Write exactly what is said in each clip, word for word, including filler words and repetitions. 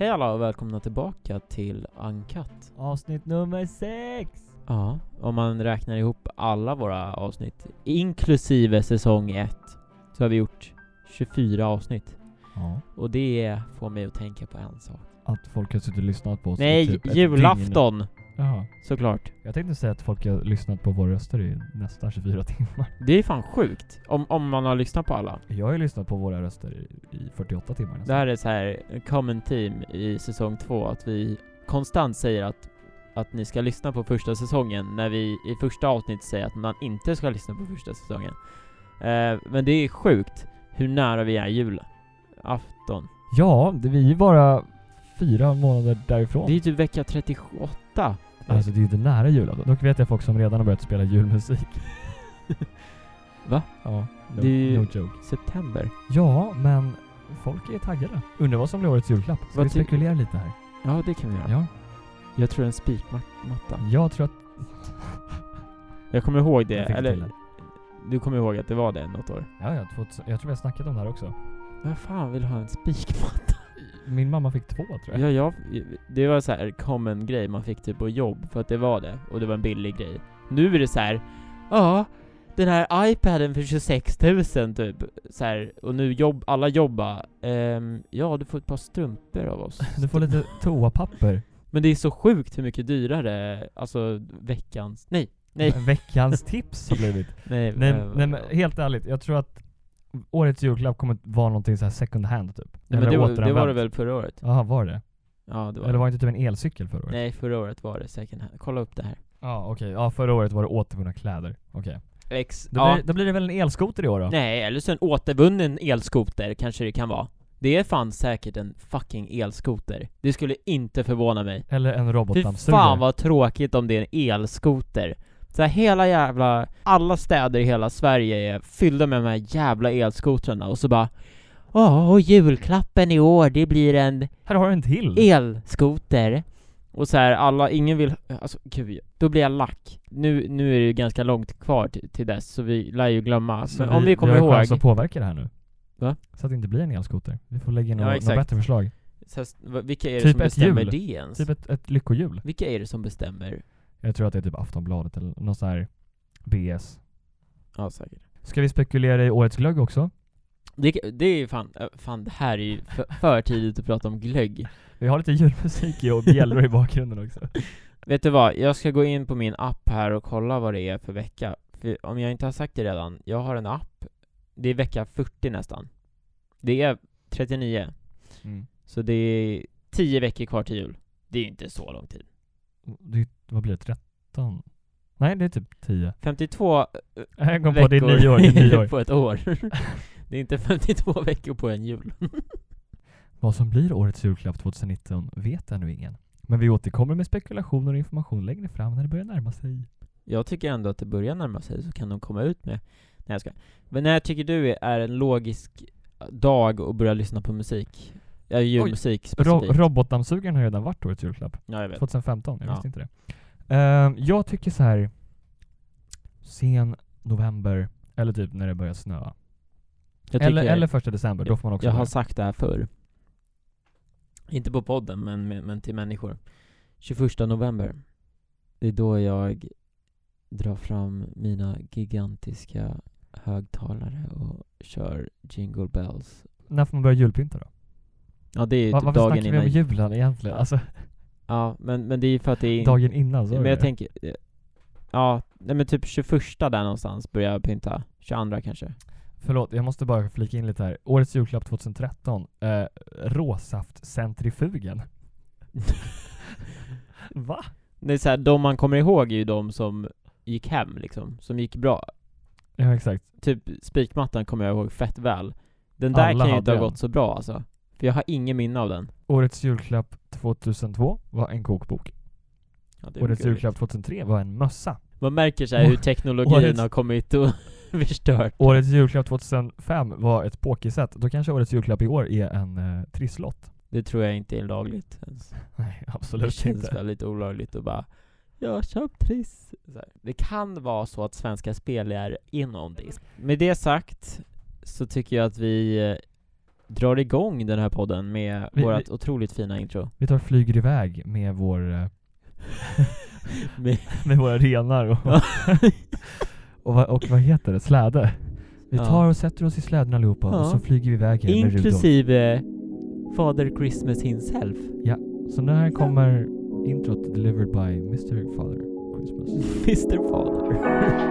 Hej alla och välkomna tillbaka till Uncut. Avsnitt nummer sex. Ja, om man räknar ihop alla våra avsnitt, inklusive säsong ett, så har vi gjort tjugofyra avsnitt. Ja. Och det får mig att tänka på en sak. Att folk har suttit och lyssnat på oss. Nej, typ ett julafton! dygn. Jaha. Såklart. Jag tänkte säga att folk har lyssnat på våra röster i nästan tjugofyra timmar. Det är fan sjukt, om, om man har lyssnat på alla. Jag har ju lyssnat på våra röster i, i fyrtioåtta timmar nästan. Det här är så här common team i säsong två, att vi konstant säger att att ni ska lyssna på första säsongen, när vi i första avsnitt säger att man inte ska lyssna på första säsongen. Eh, men det är sjukt hur nära vi är julafton. Ja, det, vi är ju bara fyra månader därifrån. Det är typ vecka trettioåtta. Alltså det är ju inte nära julafton. Dock vet jag folk som redan har börjat spela julmusik. Va? Ja, no, det är ju no joke. september. Ja, men folk är taggade. Undrar vad som blir årets julklapp. Ska Vad vi ty- spekulera lite här? Ja, det kan vi göra. Ja. Jag tror en spikmatta. Jag tror att... Jag kommer ihåg det, Jag fick eller till det. du kommer ihåg att det var det något år. Ja, ja, två- jag tror vi har snackat om det här också. Vad fan vill ha en spikmatta? Min mamma fick två, tror jag. Ja, jag, det var så här common grej man fick typ på jobb, för att det var det, och det var en billig grej. Nu är det så här, ja, den här iPaden för tjugosex tusen typ, så här, och nu jobb, alla jobbar. Ehm, ja, du får ett par strumpor av oss. Du får lite toapapper. Men det är så sjukt hur mycket dyrare, alltså veckans, nej, nej, Veckans tips har blivit. nej, Nej, äh, nej, men helt ärligt, jag tror att årets julklapp kommer att vara någonting så här second hand typ. nej, men det, var, det var det väl förra året? Jaha, var det? Ja, det var Eller var det inte typ en elcykel förra året? Nej, förra året var det second hand. Kolla upp det här. Ja, okej. Ja, förra året var det återvunna kläder. Okej. Ex, Då, ja. blir, då blir det väl en elskoter i år då? Nej, eller så en återvunnen elskoter kanske det kan vara. Det är fan säkert en fucking elskoter. Det skulle inte förvåna mig. Eller en Fy robotdammsugare. fan vad tråkigt om det är en elskoter. Så här, hela jävla, alla städer i hela Sverige är fyllda med de här jävla elskotrarna. Och så bara, åh, och julklappen i år, det blir en Här har du en till. elskoter. Och så här, alla, ingen vill, alltså gud, då blir jag lack. Nu, nu är det ju ganska långt kvar till, till dess, så vi lär ju glömma. Så Men om vi kommer vi har ihåg, chans att påverka det här nu. Va? Så att det inte blir en elskoter. Vi får lägga in Ja, några, exakt. några bättre förslag. så här, v- vilka är det Typ som ett bestämmer jul. det ens? Typ ett, ett lyckohjul. Vilka är det som bestämmer? Jag tror att det är typ Aftonbladet eller något så här B S. Ja, säkert. Ska vi spekulera i årets glögg också? Det, det är ju fan, äh, fan det här är ju för, för tidigt att prata om glögg. Vi har lite julmusik och bjällror i bakgrunden också. Vet du vad, jag ska gå in på min app här och kolla vad det är för vecka. För om jag inte har sagt det redan, jag har en app. Det är vecka fyrtio nästan. Det är trettionio. Mm. Så det är tio veckor kvar till jul. Det är ju inte så lång tid. Det, vad blir det? tretton? Nej, det är typ tio. femtiotvå Jag kom veckor på det är nio år, det är nio år. på ett år. Det är inte femtiotvå veckor på en jul. Vad som blir årets julklapp tjugonitton vet ännu ingen. Men vi återkommer med spekulationer och information längre fram när det börjar närma sig. Jag tycker ändå att det börjar närma sig, så kan de komma ut med. Nej, jag ska. Men när tycker du är en logisk dag att börja lyssna på musik? Ja, julmusik Ro- specifikt. robotdammsugaren har redan varit årets julklapp. Ja, jag vet. tjugohundrafemton, jag Ja. visste inte det. Uh, jag tycker så här sen november, eller typ när det börjar snöa. Jag tycker, Eller, eller första december, då får man också jag har börja. sagt det här förr. Inte på podden, men, men till människor. tjugoförsta november. Det är då jag drar fram mina gigantiska högtalare och kör Jingle Bells. När får man börja julpynta då? Ja, det är ju Va, typ varför dagen snackar vi innan. om julen egentligen? Alltså, Ja, men, men det är ju för att det är... dagen innan, så Men jag tänker... Ja, nej, men typ tjugoförsta där någonstans börjar jag pynta. tjugoandra kanske. Förlåt, jag måste bara flika in lite här. Årets julklapp tjugotretton. Eh, råsaftcentrifugen. Va? Det är så här, de man kommer ihåg är ju de som gick hem liksom. Som gick bra. Ja, exakt. Typ spikmattan kommer jag ihåg fett väl. Den där Alla kan ju hade inte ha den. gått så bra alltså. För jag har ingen minne av den. Årets julklapp tjugohundratvå var en kokbok. Ja, det är Årets gulligt. julklapp tjugohundratre var en mössa. Man märker så här hur teknologin Årets- har kommit och förstört. Årets julklapp tjugohundrafem var ett pokerset. Då kanske årets julklapp i år är en uh, trisslott. Det tror jag inte är lagligt ens. Nej, Det absolut känns inte. väldigt olagligt att bara, jag köpt triss. Så här. Det kan vara så att Svenska Spel är in on this. Med det sagt så tycker jag att vi eh, drar igång den här podden med Vi- vårt vi- otroligt fina intro. Vi tar flyger iväg med vår eh, Med- med våra renar och, och, vad, och vad heter det? Släde. Vi Ja. tar och sätter oss i släden allihopa Ja. och så flyger vi iväg här med Rudolf. Inklusive Father Christmas himself. Så när här kommer introt delivered by mister Father Christmas. mister Father.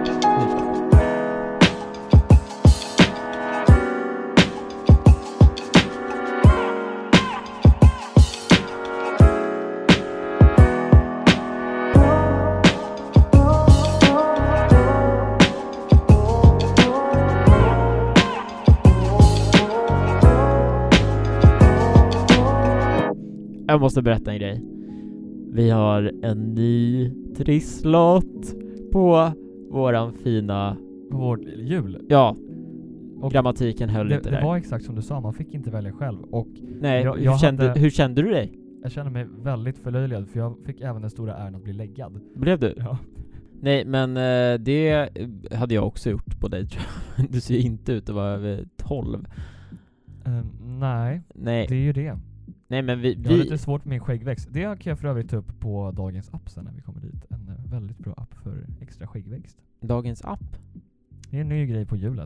Jag måste berätta en grej. Vi har en ny trisslott på våran fina... Vårt jul. Ja, Och grammatiken höll det, inte det där. var exakt som du sa, man fick inte välja själv. Och Nej, jag- hur, jag kände, hade- hur kände du dig? jag kände mig väldigt förlöjligad för jag fick även den stora äran att bli läggad. Blev du? Ja. Nej, men eh, det hade jag också gjort på dig, tror jag. Du ser ju inte ut att vara över tolv. Ehm, nej, Nej, det är ju det. nej men vi... Jag har vi lite svårt med min skäggväxt. Det kan jag för övrigt ta upp på dagens app sen när vi kommer dit. En eh, väldigt bra app för extra skäggväxt. dagens app. Det är en ny grej på hjulet.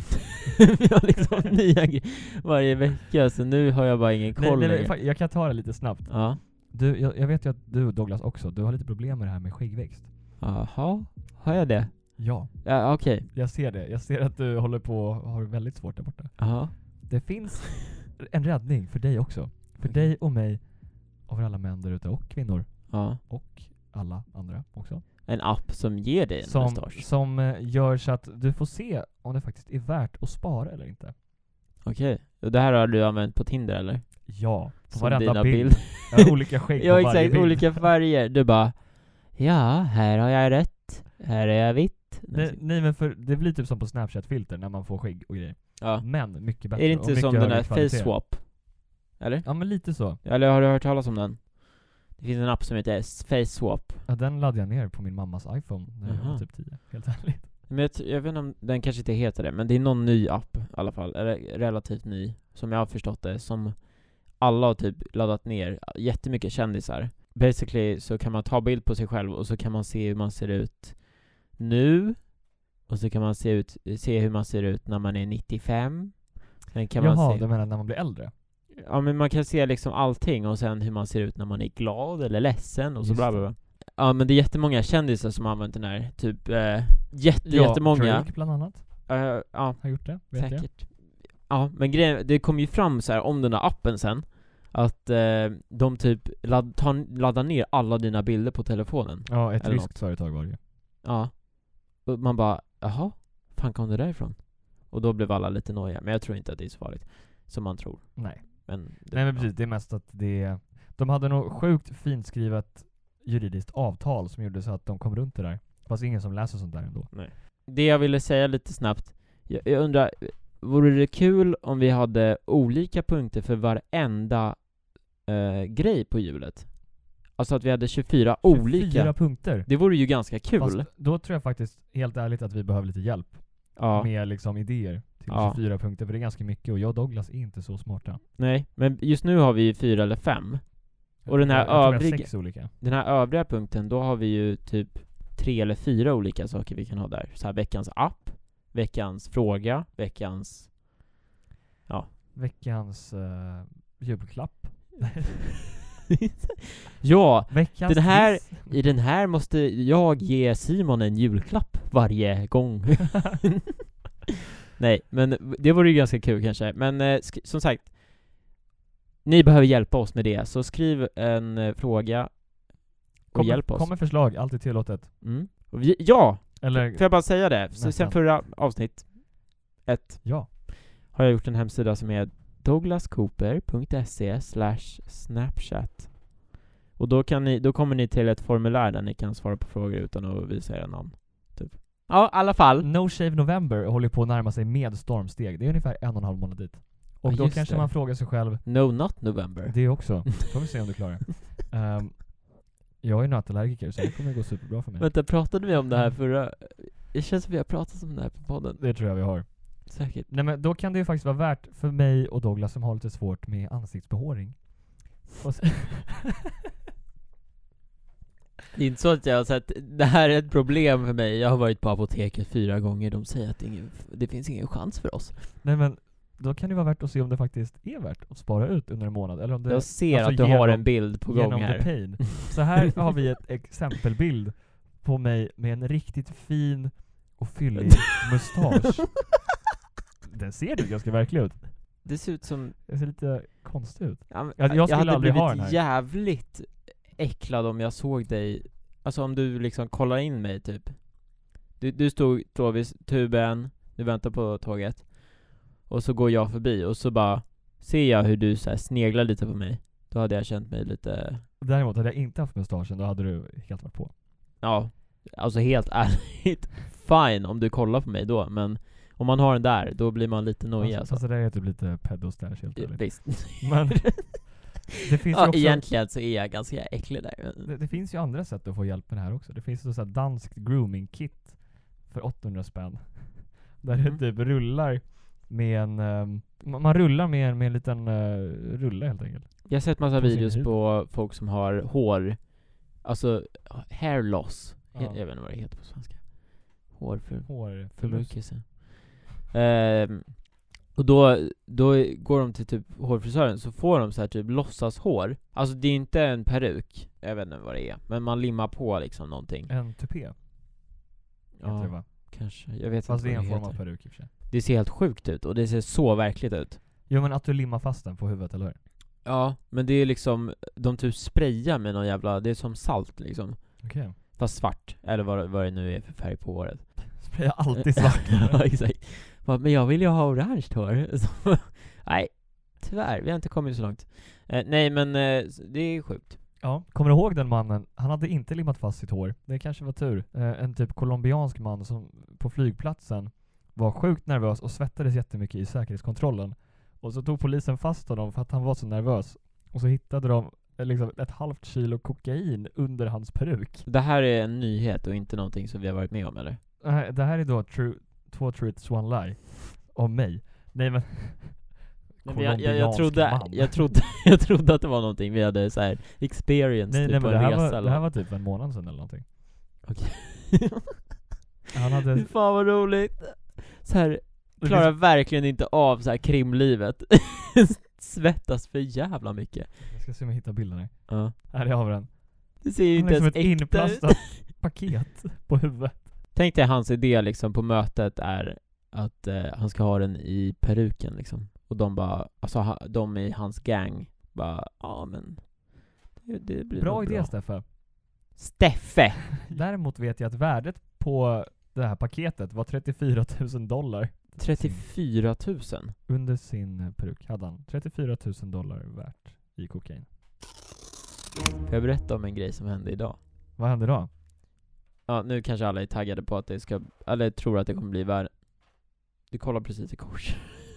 Vi har liksom nya grejer varje vecka, så nu har jag bara ingen Nej, koll nej, nej, längre. fa- jag kan ta det lite snabbt. Ja. Du, jag, jag vet ju att du Douglas också, du har lite problem med det här med skäggväxt. Jaha, har jag det? Ja, Ja, okej. jag ser det. Jag ser att du håller på och har väldigt svårt där borta. Jaha. Det finns en räddning för dig också. För Okej. dig och mig och för alla män där ute och kvinnor Ja. och alla andra också. En app som ger dig en Som, mustasch. som eh, gör så att du får se om det faktiskt är värt att spara eller inte. Okej. Och det här har du använt på Tinder, eller? Ja, på Som varenda dina bild. bilder. Jag har olika skägg Ja, på varje exakt. bild. Olika färger. Du bara, ja, här har jag rött. Här är jag vitt. Nej, nej men för det blir typ som på Snapchat-filter när man får skägg och grejer. Ja. Men mycket bättre. Är det och inte mycket som den högre där kvalitet. Face Swap? Eller? Ja men lite så. Eller har du hört talas om den? Det finns en app som heter Face Swap. Ja, den laddade jag ner på min mammas iPhone när jag Aha. var typ tio. Helt ärligt. Men jag, t- jag vet inte om den kanske inte heter det, men det är någon ny app i alla fall, eller relativt ny, som jag har förstått det, som alla har typ laddat ner, jättemycket kändisar. Basically så kan man ta bild på sig själv och så kan man se hur man ser ut nu, och så kan man se, ut, se hur man ser ut när man är nittiofem. Sen kan Jaha, man se, du menar när man blir äldre? ja men man kan se liksom allting, och sen hur man ser ut när man är glad eller ledsen och så Just bla bla bla. Ja men det är jättemånga kändisar som har använt den här, typ eh, jätte, Ja, jättemånga. Drake bland annat Eh, ja, har gjort det, vet jag. säkert. Ja, men grejen, det kom ju fram så här om den här appen sen, att eh, de typ ladd, tar, laddar ner alla dina bilder på telefonen. Ja, ett Eller ryskt något. företag var det ju. Ja. Och man bara, jaha, fan kom det därifrån? Och då blev alla lite nojiga, men jag tror inte att det är så farligt som man tror. Nej. Men det, Nej men precis, det är mest att det... De hade nog sjukt fint skrivet juridiskt avtal som gjorde så att de kom runt det där. Fast ingen som läser sånt där ändå. Nej. Det jag ville säga lite snabbt, jag, jag undrar, vore det kul om vi hade olika punkter för varenda eh, grej på hjulet? Alltså att vi hade tjugofyra olika. tjugofyra punkter. Det vore ju ganska kul. Fast då tror jag faktiskt helt ärligt att vi behöver lite hjälp Ja, med liksom idéer till Ja. tjugofyra punkter. För det är ganska mycket och jag och Douglas är inte så smarta. nej, men just nu har vi ju fyra eller fem. Och den här jag, jag tror vi har övriga- sex olika. Den här övriga punkten, då har vi ju typ tre eller fyra olika saker vi kan ha där. Så här veckans app, veckans fråga, veckans... Veckans uh, julklapp. Ja, Veckans Den här- quiz. i den här måste jag ge Simon en julklapp varje gång. Nej, men det vore ju ganska kul kanske. Men eh, sk- som sagt, ni behöver hjälpa oss med det. Så skriv en eh, fråga och Kom, hjälp oss. kom med förslag, alltid tillåtet. Mm. Och vi, ja, Eller, får jag bara säga det? Så sen Nästan. förra avsnitt ett ja. har jag gjort en hemsida som är douglascooper.se slash snapchat. Och då, kan ni, då kommer ni till ett formulär där ni kan svara på frågor utan att visa era namn. Typ. Ja, i alla fall. No Shave November håller på att närma sig med stormsteg. Det är ungefär en och en halv månad dit. Och Ja, då just kanske det. man frågar sig själv, No, not November. det också. Får vi se om du klarar det. Um, jag är nötallergiker så det kommer gå superbra för mig. Vänta, pratade vi om det här förra... Det känns som vi har pratat om det här på podden. Det tror jag vi har. Säkert. Nej, men då kan det ju faktiskt vara värt för mig och Douglas som har lite svårt med ansiktsbehåring. Och så Det är inte så att jag har sett, det här är ett problem för mig. Jag har varit på apoteket fyra gånger. De säger att det, ingen, det finns ingen chans för oss. Nej, men då kan det vara värt att se om det faktiskt är värt att spara ut under en månad. Eller om det, Jag ser alltså att du genom, har en bild på gång genom här. the pain. Så här har vi ett exempelbild på mig med en riktigt fin och fyllig mustasch. Den ser ju ganska verklig ut. Det ser ut som... Det ser lite konstigt ut. Ja, men, Jag, jag jag skulle hade aldrig ha den blivit här. jävligt äcklad om jag såg dig. Alltså om du liksom kollar in mig typ. Du, du stod då vid tuben, du väntar på tåget. Och så går jag förbi och så bara ser jag hur du så här sneglar lite på mig. Då hade jag känt mig lite... Däremot hade jag inte haft mustaschen, då hade du helt varit på. Ja, alltså helt ärligt fine om du kollar på mig då. Men om man har den där, då blir man lite nojig. Alltså, Alltså, alltså det är typ lite pedostash helt Ja, ärligt. visst. Men det finns ju Ja, också, egentligen så är jag ganska äcklig där. det, det finns ju andra sätt att få hjälp med det här också. Det finns ju så här danskt grooming kit för åttahundra spänn. Där Mm. det typ rullar med en um, man man rullar med en, med en liten uh, rulle helt enkelt. Jag har sett massa På sin videos hud. på folk som har hår, alltså hair loss. Ja. He- Jag vet inte vad det heter på svenska. Hår för Hår förmörkelse. Ehm, och då, då går de till typ hårfrisören, så får de så här typ låtsas hår. Alltså det är inte en peruk, jag vet inte vad det är, men man limmar på liksom någonting. En tupé heter Ja, det, va? kanske. Jag vet Fast det inte är vad en det form av heter. peruk i och för sig. Det ser helt sjukt ut och det ser så verkligt ut. Jo, men att du limmar fast den på huvudet, eller hur? Ja, men det är liksom, de typ sprayar med någon jävla, det är som salt liksom. Okej. Fast svart, eller vad, vad det nu är för färg på håret. Sprayar alltid svart. Ja, exakt. Bara, men jag vill ju ha orange hår. Så, nej, tyvärr, vi har inte kommit så långt. Eh, nej, men eh, det är sjukt. Ja, kommer du ihåg den mannen? Han hade inte limmat fast sitt hår. Det kanske var tur. Eh, en typ colombiansk man som på flygplatsen var sjukt nervös och svettades jättemycket i säkerhetskontrollen. Och så tog polisen fast honom för att han var så nervös. Och så hittade de eh, liksom ett halvt kilo kokain under hans peruk. Det här är en nyhet och inte någonting som vi har varit med om, eller? Eh, det här är då true, två truths, one lie. Om mig. Nej, men... Men jag, jag, jag, colombiansk trodde, man. jag, trodde, jag trodde att det var någonting vi hade så här experience Nej, typ nej, på men en det här, resa var, eller det här något. var typ en månad sedan eller någonting. Okej. Han hade... Fy fan vad roligt. Så här, Det klarar finns- verkligen inte av så här krimlivet. Svettas för jävla mycket. Jag ska se om jag hittar bilden här. Ja. Här har vi den. Det ser ju Han inte är som ens ett äkta ut. inplastat paket på huvudet. Tänk dig hans idé liksom på mötet är att eh, han ska ha den i peruken liksom. Och de bara, alltså ha, de i hans gang bara, ja men det, det blir Bra nog idé, bra. Steffe. Steffe! Däremot vet jag att värdet på det här paketet var trettiofyra tusen dollar. trettiofyra tusen. Under sin eh, peruk hade han trettiofyra tusen dollar värt i kokain. Får jag berätta om en grej som hände idag? Vad hände då? Ja, nu kanske alla är taggade på att det ska, eller tror att det kommer bli värre. Du kollar precis i kors.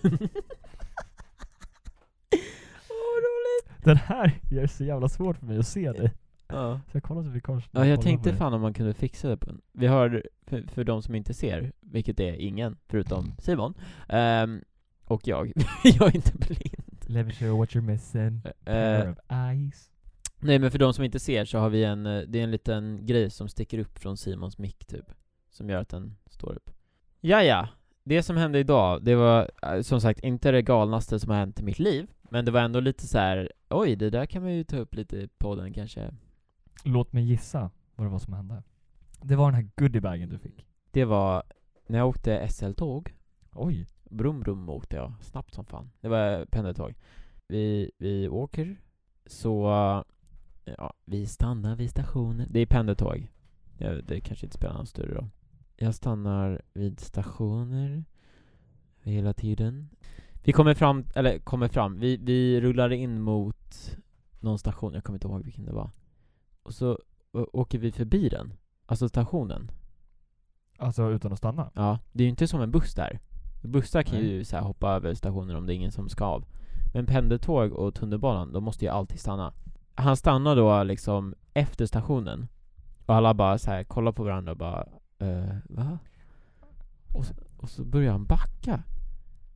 Åh, roligt! Den här gör det så jävla svårt för mig att se dig. Ja. Så jag kollar typ i kors. Ja, jag tänkte fan om man kunde fixa det på en. Vi har, för, för de som inte ser, vilket är ingen, förutom Simon, ehm, och jag. Jag är inte blind. Let me show what you're missing. Eh, Pair of eyes. nej, men för de som inte ser så har vi en, eh, det är en liten grej som sticker upp från Simons mick typ, som gör att den står upp. Jaja, det som hände idag, det var eh, som sagt inte det galnaste som har hänt i mitt liv, men det var ändå lite så här: oj, det där kan man ju ta upp lite i podden kanske. Låt mig gissa vad det var som hände. Det var den här goodiebagen du fick. Det var när jag åkte S L-tåg. Oj. Brum brum åkte jag, snabbt som fan. Det var pendeltåg. Vi, vi åker, så ja, vi stannar vid stationen. Det är pendeltåg. Ja, det kanske inte spelar någon större roll. Jag stannar vid stationer hela tiden. Vi kommer fram, eller kommer fram. Vi, vi rullar in mot någon station. Jag kommer inte ihåg vilken det var. Och så å- åker vi förbi den. Alltså stationen. Alltså utan att stanna? Ja, det är ju inte som en buss där. Bussar kan Nej. ju så här hoppa över stationer om det är ingen som ska av. Men pendeltåg och tunnelbanan, de måste ju alltid stanna. Han stannar då liksom efter stationen. Och alla bara så här kollar på varandra och bara, eh, va? Och så, och så börjar han backa.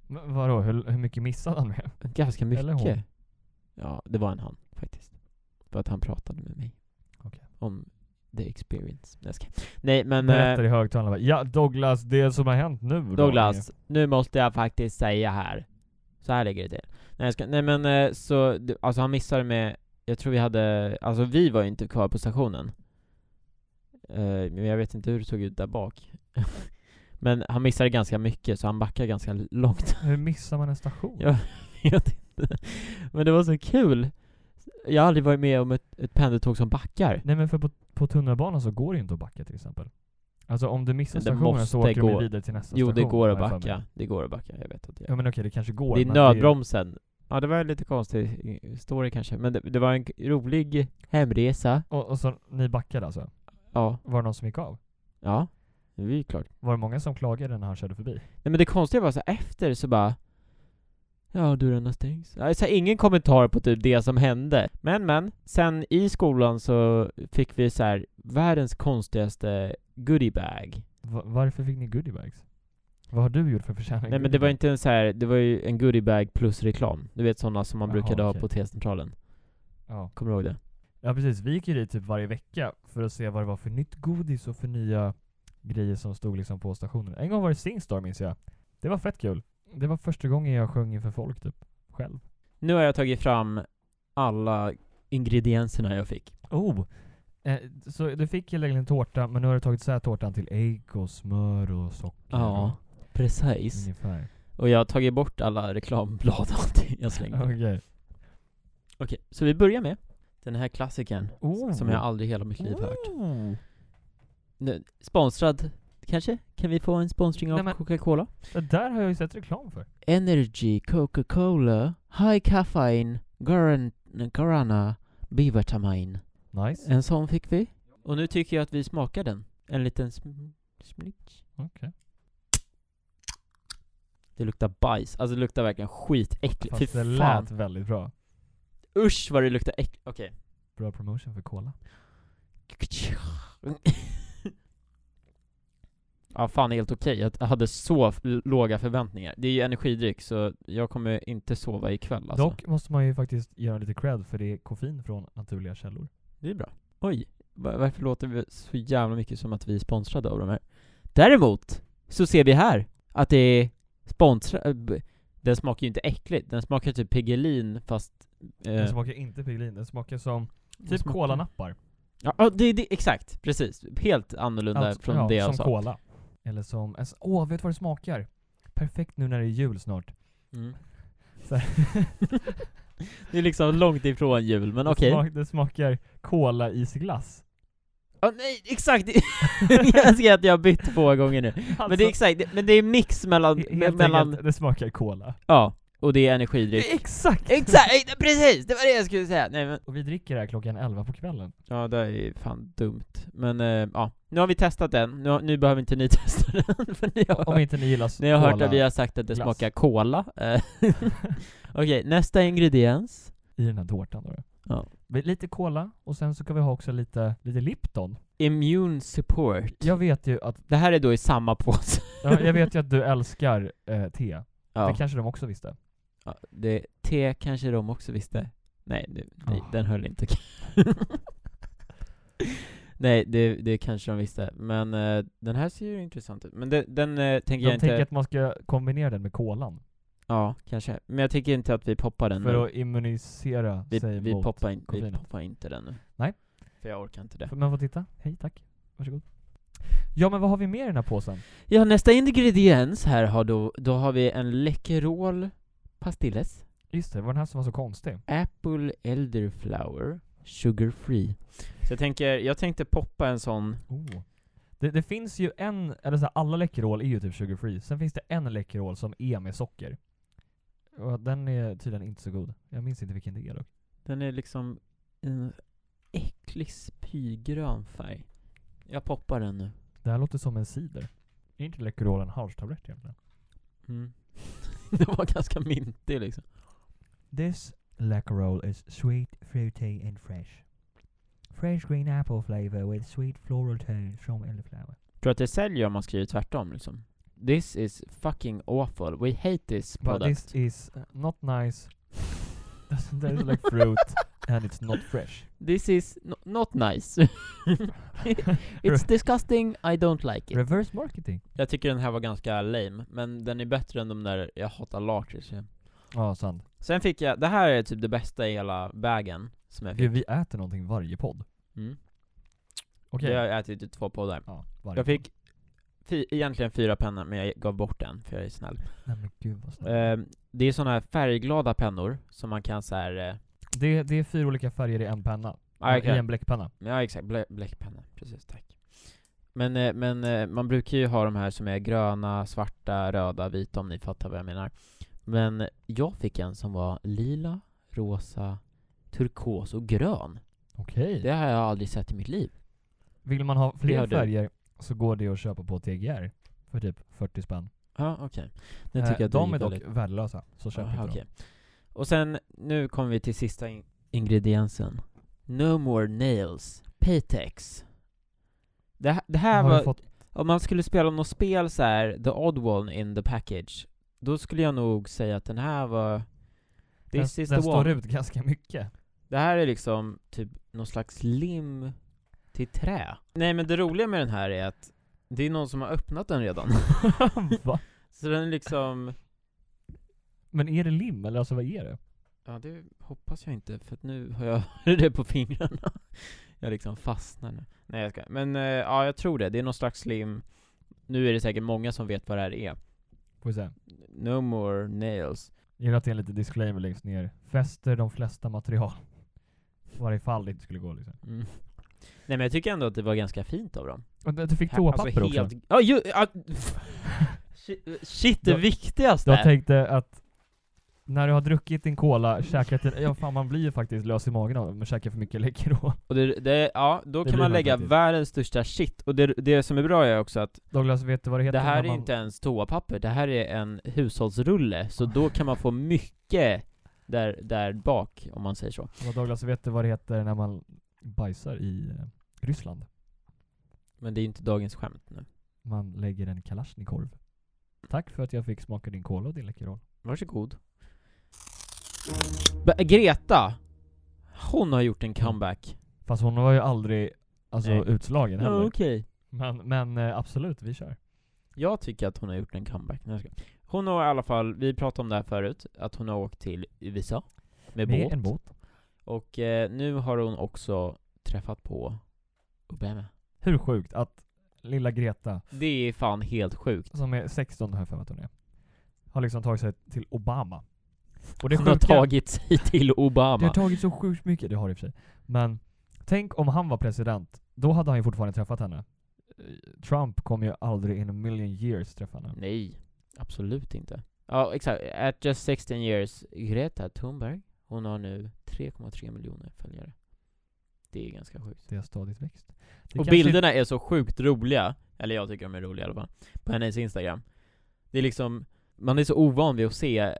Men vadå, hur, hur mycket missade han med? Ganska Eller hon? mycket. Ja, det var en han faktiskt. För att han pratade med mig. Okej. Om the experience. Nej, jag ska. Nej men... Berättar eh, i högtalarna bara, ja Douglas, det som har hänt nu då Douglas, nu måste jag faktiskt säga här. Så här ligger det till. Nej, jag ska, nej men eh, så, d- alltså han missade med, jag tror vi hade, alltså vi var ju inte kvar på stationen. Eh, men jag vet inte hur det såg ut där bak. Men han missade ganska mycket, så han backade ganska långt. Hur missar man en station? Jag vet inte. Men det var så kul. Jag har aldrig varit med om ett, ett pendeltåg som backar. Nej men för på, på tunnelbanan så går det ju inte att backa till exempel. Alltså om du missar Men det stationen så måste åker gå. du vidare till nästa Jo, station. det går att har jag för mig. backa. Det går att backa, jag vet att det Ja men okej, det kanske går. Det är men nödbromsen. Ja, det var lite konstig story kanske. Men det, det var en k- rolig hemresa. Och, och så ni backade alltså? Ja. Var det någon som gick av? Ja, det är ju klart. Var det många som klagade när han körde förbi? Nej men det konstiga var så här, efter så bara, ja, dörrarna stängs. Alltså ingen kommentar på typ det som hände. Men men, sen i skolan så fick vi så här världens konstigaste goodiebag. Va- varför fick ni goodiebags? Vad har du gjort för förtjäning? Nej men det var inte en så här, det var ju en goodiebag plus reklam. Du vet sådana som man Jaha, brukade ha okej. på T-centralen. Ja. Kommer du ihåg det? Ja precis, vi gick ju dit typ varje vecka för att se vad det var för nytt godis och för nya grejer som stod liksom på stationen. En gång var det Singstar minns jag. Det var fett kul. Det var första gången jag sjöng inför folk typ, själv. Nu har jag tagit fram alla ingredienserna jag fick. Oh! Eh, så du fick ju en tårta, men nu har du tagit så här tårtan till ägg och smör och socker. Ja, precis. Och, ungefär. Och jag har tagit bort alla reklamblad och allting jag slängde. Okej. Okej, så vi börjar med den här klassikern Oh. som jag aldrig i hela mitt liv hört. Oh. Nu, sponsrad, kanske? Kan vi få en sponsring av Nej, men- Coca-Cola? Det där har jag ju sett reklam för. Energy, Coca-Cola, High Caffeine, Guaran- Guarana, B-vitamin. Nice. En sån fick vi. Och nu tycker jag att vi smakar den. En liten sm- smitch. Okej. Det luktar bajs. Alltså det luktar verkligen skitäckligt. Fy Fast det fan. lät väldigt bra. Usch vad det luktar äckligt. Okej. Bra promotion för cola. Ja, fan helt okej. Jag hade så f- låga förväntningar. Det är ju energidryck så jag kommer inte sova ikväll alltså. Dock måste man ju faktiskt göra lite cred för det är koffein från naturliga källor. Det är bra. Oj, va- varför låter vi så jävla mycket som att vi är sponsrade av de här? Däremot så ser vi här att det är sponsrad. Den smakar ju inte äckligt. Den smakar typ Piggelin fast... Eh, Den smakar inte Piggelin, den smakar som vad typ smakar- kolanappar. Ja, ja, det är det, exakt. Precis. Helt annorlunda Alltså, från ja, det jag som sa. cola. Eller som, alltså, åh, vet du vad det smakar? Perfekt nu när det är jul snart. Mm. Så här. Det är liksom långt ifrån jul, men Det okej. smak- Det smakar cola isglass. Ja, nej, exakt. Jag ser att jag har bytt två gånger nu. Men det är exakt, det- men det är mix mellan, He- Helt mellan enkelt, det smakar cola. ja, och det är energidryck. Exakt! Exakt, precis, det var det jag skulle säga. Nej men, Och vi dricker det här klockan elva på kvällen. ja det är fan dumt. Men eh, ja, nu har vi testat den. Nu, har- nu behöver inte ni testa den. För ni har, Om inte ni gillar ni har hört cola att vi har sagt att det glass. smakar cola. Eh, Okej, nästa ingrediens. i den här tårtan då. Ja. Vi- Lite cola, och sen så kan vi ha också lite, lite Lipton. Immune support. Jag vet ju att, Det här är då i samma påse. ja, jag vet ju att du älskar eh, te. Ja. Det kanske de också visste. Ja, det, te kanske de också visste. Nej, det, nej Oh. den höll inte. Nej, det, det kanske de visste. Men eh, den här ser ju intressant ut. Men det, den eh, tänker De jag inte... tänker att man ska kombinera den med kolan. Ja, kanske. Men jag tycker inte att vi poppar den För nu. att immunisera Vi, sig vi, mot poppar in, vi koffeinet. poppar inte den nu. Nej. För jag orkar inte det. Får man få titta? Hej, tack. Varsågod. Ja, men vad har vi mer i den här påsen? Ja, nästa ingrediens här har då... Då har vi en Läkerol Pastilles. Just det, det var den här som var så konstig. Apple Elderflower Sugar Free. Så jag tänker... Jag tänkte poppa en sån... Oh. Det, det finns ju en, eller så här, alla Läkerol är ju typ sugar free. Sen finns det en Läkerol som är med socker. Och den är tydligen inte så god. Jag minns inte vilken det är dock. Den är liksom en äcklig spygrön färg. Jag poppar den nu. Det här låter som en cider. Är inte Läkerol en halstablett egentligen? Mm. Det var ganska mintig liksom. This Läkerol is sweet, fruity and fresh. Fresh green apple flavor with sweet floral tones from elderflower. Tror du att det säljer om man skriver tvärtom liksom? this is fucking awful. We hate this But product. this is uh, not nice. Doesn't taste like fruit and it's not fresh. This is no, not nice. It's disgusting, I don't like it. Reverse marketing. Jag tycker den här var ganska lame, men den är bättre än de där, jag hatar lakrits. Ja. Ja, sant. Sen fick jag, det här är typ det bästa i hela vägen som jag fick. Gud, vi äter någonting varje podd. Mm. Okej. Jag har ätit i två poddar. Ja, varje Jag fick fy, egentligen fyra pennor, men jag gav bort en för jag är snäll. Nej men gud vad snällt. Eh, det är såna här färgglada pennor som man kan så här. Eh, Det, det är fyra olika färger i en penna. ah, I en bläckpenna. Ja, exakt. Blä, bläckpenna. Precis, tack. Men, eh, men eh, man brukar ju ha de här som är gröna, svarta, röda, vita, om ni fattar vad jag menar. Men jag fick en som var lila, rosa, turkos och grön. Okej. Det har jag aldrig sett i mitt liv. Vill man ha Det fler har du. färger så går det att köpa på T G R för typ fyrtio spänn. Ja, okej. Det Eh, tycker jag de det är dock väldigt... värdelösa, så köp Aha, inte okej. dem. Och sen, nu kommer vi till sista in- ingrediensen. No more nails. Paytex. Det, här- det här Har var... du fått, Om man skulle spela något spel så här, the odd one in the package, då skulle jag nog säga att den här var... This den is den the står one. ut ganska mycket. Det här är liksom typ någon slags lim till trä. Nej, men det roliga med den här är att det är någon som har öppnat den redan. Va? Så den är liksom... Men är det lim eller alltså vad är det? Ja, det hoppas jag inte, för att nu har jag det på fingrarna. Jag liksom fastnar nu. Nej, jag ska. Men eh, ja, jag tror det. Det är någon slags lim. Nu är det säkert många som vet vad det här är. Får vi se. No more nails. Jag gillar att det är en liten disclaimer längst ner. Fäster de flesta material. Varje fall det inte skulle gå liksom. Mm. Nej, men jag tycker ändå att det var ganska fint av dem. Och du fick Här- toapapper alltså, också. helt... Ja, ju, ja, shit, shit, det Jag- viktigaste. Jag tänkte att när du har druckit din cola, käkat din, ja fan man blir ju faktiskt lös i magen av att käka för mycket Läkerol. Och det, det, ja, då Det kan blir man man lägga faktiskt. världens största shit. Och det, det som är bra är också att Douglas, vet du vad det heter? det här när är man, inte ens toapapper, det här är en hushållsrulle. Så då kan man få mycket där, där bak, om man säger så. Vad Douglas, vet du vad det heter när man bajsar i eh, Ryssland? Men det är ju inte dagens skämt nu. Man lägger en kalasjnikorv. Tack för att jag fick smaka din cola och din Läkerol. Varsågod. B- Greta, hon har gjort en comeback. Fast hon var ju aldrig alltså, Nej. utslagen heller. Ja, okej. Men, men eh, absolut, vi kör. Jag tycker att hon har gjort en comeback. Nej, jag ska- Hon har i alla fall, vi pratade om det här förut, att hon har åkt till U S A med, Med båt. en båt. Och eh, nu har hon också träffat på Obama. Hur sjukt att lilla Greta, Det är fan helt sjukt. som är sexton här för att hon är, har liksom tagit sig till Obama. Och det Hon har sjuka- tagit sig till Det Obama. har tagit så sjukt mycket, det har det i och för sig. Men tänk om han var president, då hade han ju fortfarande träffat henne. Eh, Trump kommer ju aldrig in a million years träffa henne. Nej, absolut inte. Ja, exakt. At just sixteen years, Greta Thunberg, hon har nu tre komma tre miljoner följare. Det är ganska sjukt. Det har stadigt växt. Det Och kanske- bilderna är så sjukt roliga, eller jag tycker de är roliga i alla fall, på hennes Instagram. Det är liksom, man är så ovan vid att se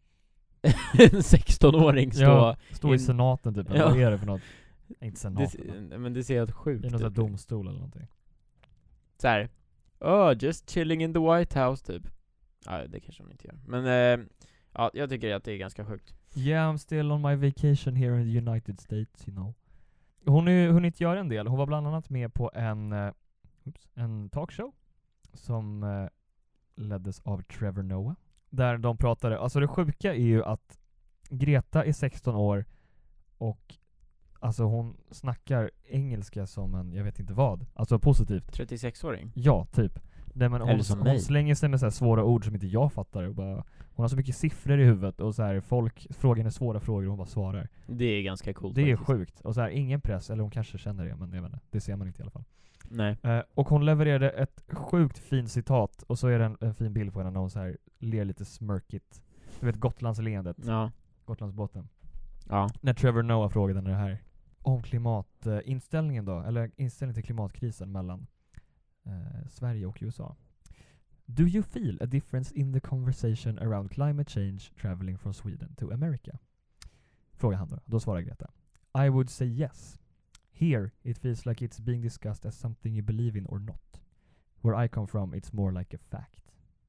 en sexton-åring stå... Ja, stå i in- senaten typ, eller Ja. vad är det för något? Inte det, senaten. se- men det ser helt sjukt I någon sån här ut. domstol eller någonting. Så här. Oh, just chilling in the White House typ. Ja, det kanske hon inte gör. Men eh, ja, jag tycker att det är ganska sjukt. Yeah, I'm still on my vacation here in the United States, you know. Hon har ju hunnit göra en del. Hon var bland annat med på en, uh, oops, en talkshow som uh, leddes av Trevor Noah. Där de pratade, alltså det sjuka är ju att Greta är sexton år och alltså hon snackar engelska som en, jag vet inte vad. Alltså positivt. trettiosex-åring. Ja, typ. Nej, men hon, Eller som hon mig. slänger sig med så här svåra ord som inte jag fattar. Och bara, hon har så mycket siffror i huvudet och så här, folk frågar henne svåra frågor och hon bara svarar. Det är ganska coolt. Det är faktiskt. sjukt. Och så här, ingen press, eller hon kanske känner det, men jag vet inte. Det ser man inte i alla fall. Nej. Eh, och hon levererade ett sjukt fint citat, och så är det en, en fin bild på henne när hon så här ler lite smörkigt. Du vet Gotlandsleendet, Ja. Gotlandsbåten. Ja. När Trevor Noah frågade henne det här om klimatinställningen då, eller inställningen till klimatkrisen mellan eh, Sverige och U S A. Do you feel a difference in the conversation around climate change traveling from Sweden to America? Frågar han då. Då svarar Greta. I would say yes. Here it feels like it's being discussed as something you believe in or not. Where I come from it's more like a fact.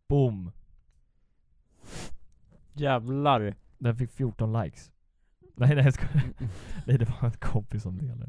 Boom. Jävlar. Den fick fjorton likes. Nej, nej, jag ska... nej, det var en kompis som delade.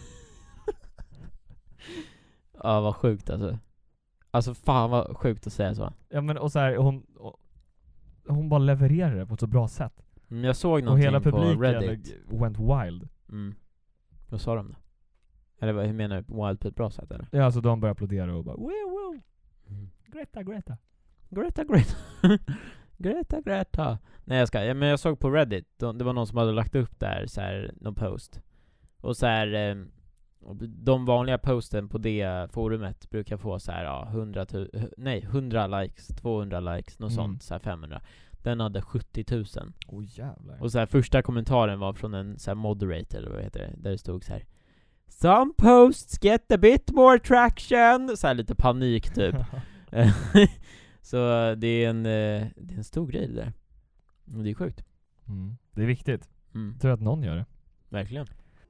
Ja, vad sjukt alltså. Alltså fan vad sjukt att säga så. Ja, men och så här, hon hon bara levererar det på ett så bra sätt. Mm, jag såg Och någonting hela på publiken Reddit. went wild. Mm. Vad sa de då? Eller vad, hur menar du? Wild på ett bra sätt eller? Ja, alltså de började applådera och bara wow, wow. Mm. Greta, Greta. Greta, Greta. Greta, Greta. Nej jag ska, ja, men jag såg på Reddit. De, det var någon som hade lagt upp där så här, någon post. Och så här, eh, de vanliga posten på det forumet brukar få så här, ja, hundra tusen, nej, hundra likes, tvåhundra likes, något Mm. sånt, så här femhundra. Den hade sjuttio tusen. Åh oh, jävlar. Och så här, första kommentaren var från en så här moderator, eller vad heter det, där det stod så här: some posts get a bit more traction. Så här lite panik typ. Så det är en eh, det är en stor grej det där. Och det är sjukt. Mm. Det är viktigt. Mm. Jag tror att någon gör det. Verkligen.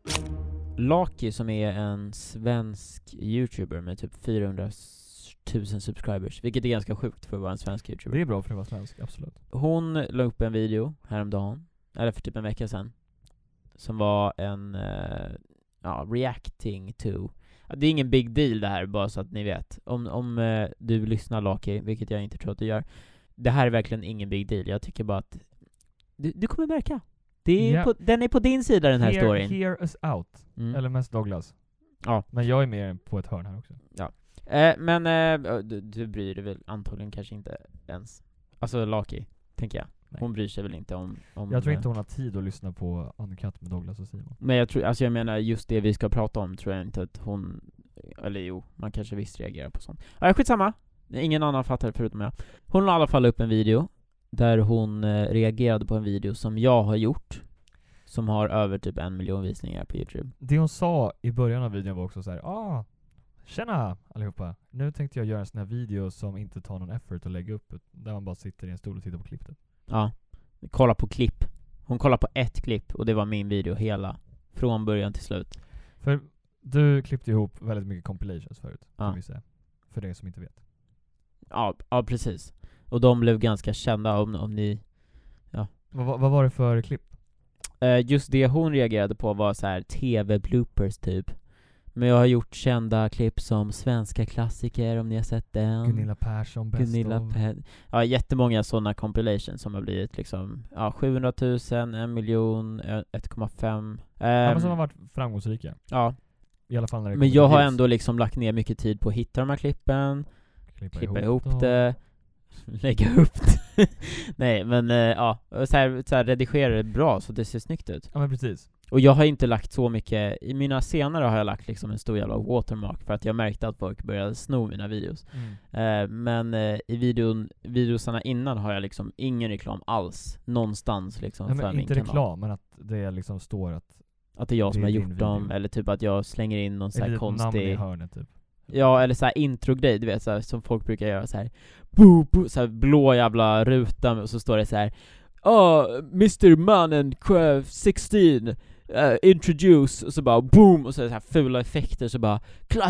Laki som är en svensk YouTuber med typ fyrahundratusen subscribers, vilket är ganska sjukt för att vara en svensk YouTuber. Det är bra för att vara svensk, absolut. Hon la upp en video häromdagen, eller för typ en vecka sedan, som var en uh, ja, reacting to. Det är ingen big deal det här, bara så att ni vet. Om, om uh, du lyssnar Laki, vilket jag inte tror att du gör, det här är verkligen ingen big deal. Jag tycker bara att du, du kommer märka. Det är Yeah. på, den är på din sida den här hear, storyn. Hear us out. Mm. Eller mest Douglas. Ja. Men jag är mer på ett hörn här också. Ja. Eh, men eh, du, du bryr dig väl antagligen kanske inte ens. Alltså Laki, tänker jag. Nej. Hon bryr sig väl inte om... om Jag tror eh, inte hon har tid att lyssna på Uncut med Douglas och Simon. Men jag tror, alltså jag menar just det vi ska prata om tror jag inte att hon... Eller jo, man kanske visst reagerar på sånt. Ja, skitsamma. Ingen annan fattar förutom jag. Hon la i alla fall upp en video där hon eh, reagerade på en video som jag har gjort, som har över typ en miljon visningar på YouTube. Det hon sa i början av videon var också så här: ah, tjena allihopa. Nu tänkte jag göra en sån här video som inte tar någon effort att lägga upp, där man bara sitter i en stol och tittar på klippet. Ja, kolla på klipp. Hon kollar på ett klipp och det var min video hela, från början till slut. För du klippte ihop väldigt mycket compilations förut, Ja. kan vi säga. För det som inte vet. Ja, ja precis. Och de blev ganska kända om, om ni... Ja. Vad, vad, vad var det för klipp? Eh, just det hon reagerade på var så här T V-bloopers typ. Men jag har gjort kända klipp som Svenska klassiker, om ni har sett den. Gunilla Persson, bäst Gunilla av. Pe- Ja, jättemånga sådana compilations som har blivit liksom, ja, sjuhundratusen, en miljon, ett komma fem. Ja, men Ehm, som har varit framgångsrika. ja, I alla fall när det men kommer jag till har views. ändå liksom lagt ner mycket tid på att hitta de här klippen, klippa, klippa ihop dem. det, lägga upp det. Nej, men eh, ja, och så här, så här redigera det bra så det ser snyggt ut. Ja, men precis. Och jag har inte lagt så mycket, i mina senare har jag lagt liksom en stor jävla watermark för att jag märkte att folk började sno mina videos. Mm. Eh, men eh, i videon, videosarna innan har jag liksom ingen reklam alls, någonstans liksom Ja, för men min inte kanal. reklam, men att det liksom står att Att det är jag som det har är gjort din dem, video. eller typ att jag slänger in någon så ett här litet namn i konstig... hörnet typ. Ja, eller så här introgrej, du vet, så här, som folk brukar göra så här, boo, boo, så här blå jävla ruta, och så står det så här: oh, mister Mannen sexton uh, introduce, och så bara boom, och så är det så här fula effekter, så bara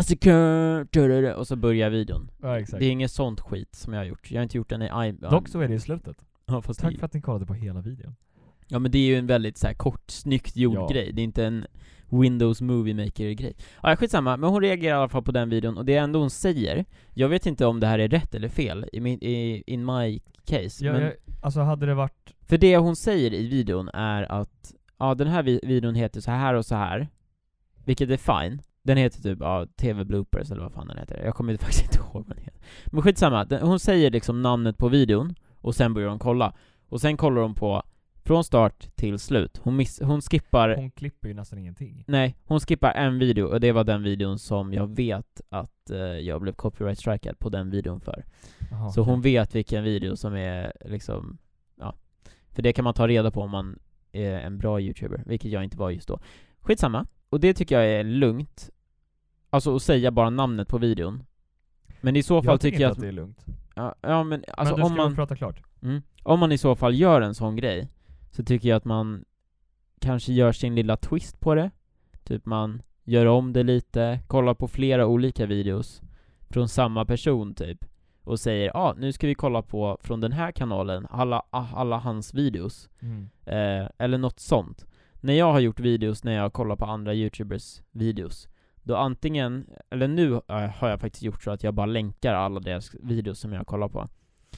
klassiker, och så börjar videon. Ja, exakt. Det är inget sånt skit som jag har gjort. Jag har inte gjort den i i Dock så är det i slutet. ja, fast Tack det, för att ni kollade på hela videon. ja, men det är ju en väldigt så här kort, snyggt gjord Ja. grej. Det är inte en Windows Movie Maker grej. Ja, skitsamma, men hon reagerar i alla fall på den videon, och det är ändå hon säger. Jag vet inte om det här är rätt eller fel i min, i, in my case. Ja, men jag, alltså hade det varit... för det hon säger i videon är att ja, den här vi- videon heter så här och så här, vilket är fine. Den heter typ ja, T V-bloopers eller vad fan den heter. Jag kommer faktiskt inte ihåg vad den heter. Men skitsamma, den, hon säger liksom namnet på videon, och sen börjar hon kolla. Och sen kollar hon på från start till slut. Hon, miss, hon skippar... Hon klipper ju nästan ingenting. Nej, hon skippar en video, och det var den videon som jag vet att eh, jag blev copyright-strikad på den videon för. Aha, Så okej. hon vet vilken video som är liksom, ja. För det kan man ta reda på om man är en bra YouTuber, vilket jag inte var just då. Skitsamma. Och det tycker jag är lugnt. Alltså att säga bara namnet på videon. Men i så fall jag tycker inte jag att det är lugnt. Ja, ja men alltså men du om ska man... väl prata klart. Mm, om man i så fall gör en sån grej, så tycker jag att man kanske gör sin lilla twist på det. Typ man gör om det lite, kollar på flera olika videos från samma person typ, och säger ja, ah, nu ska vi kolla på från den här kanalen alla, alla hans videos. Mm. Eh, eller något sånt. När jag har gjort videos, när jag kollar på andra YouTubers videos, då antingen, eller nu äh, har jag faktiskt gjort så att jag bara länkar alla deras videos som jag kollar på.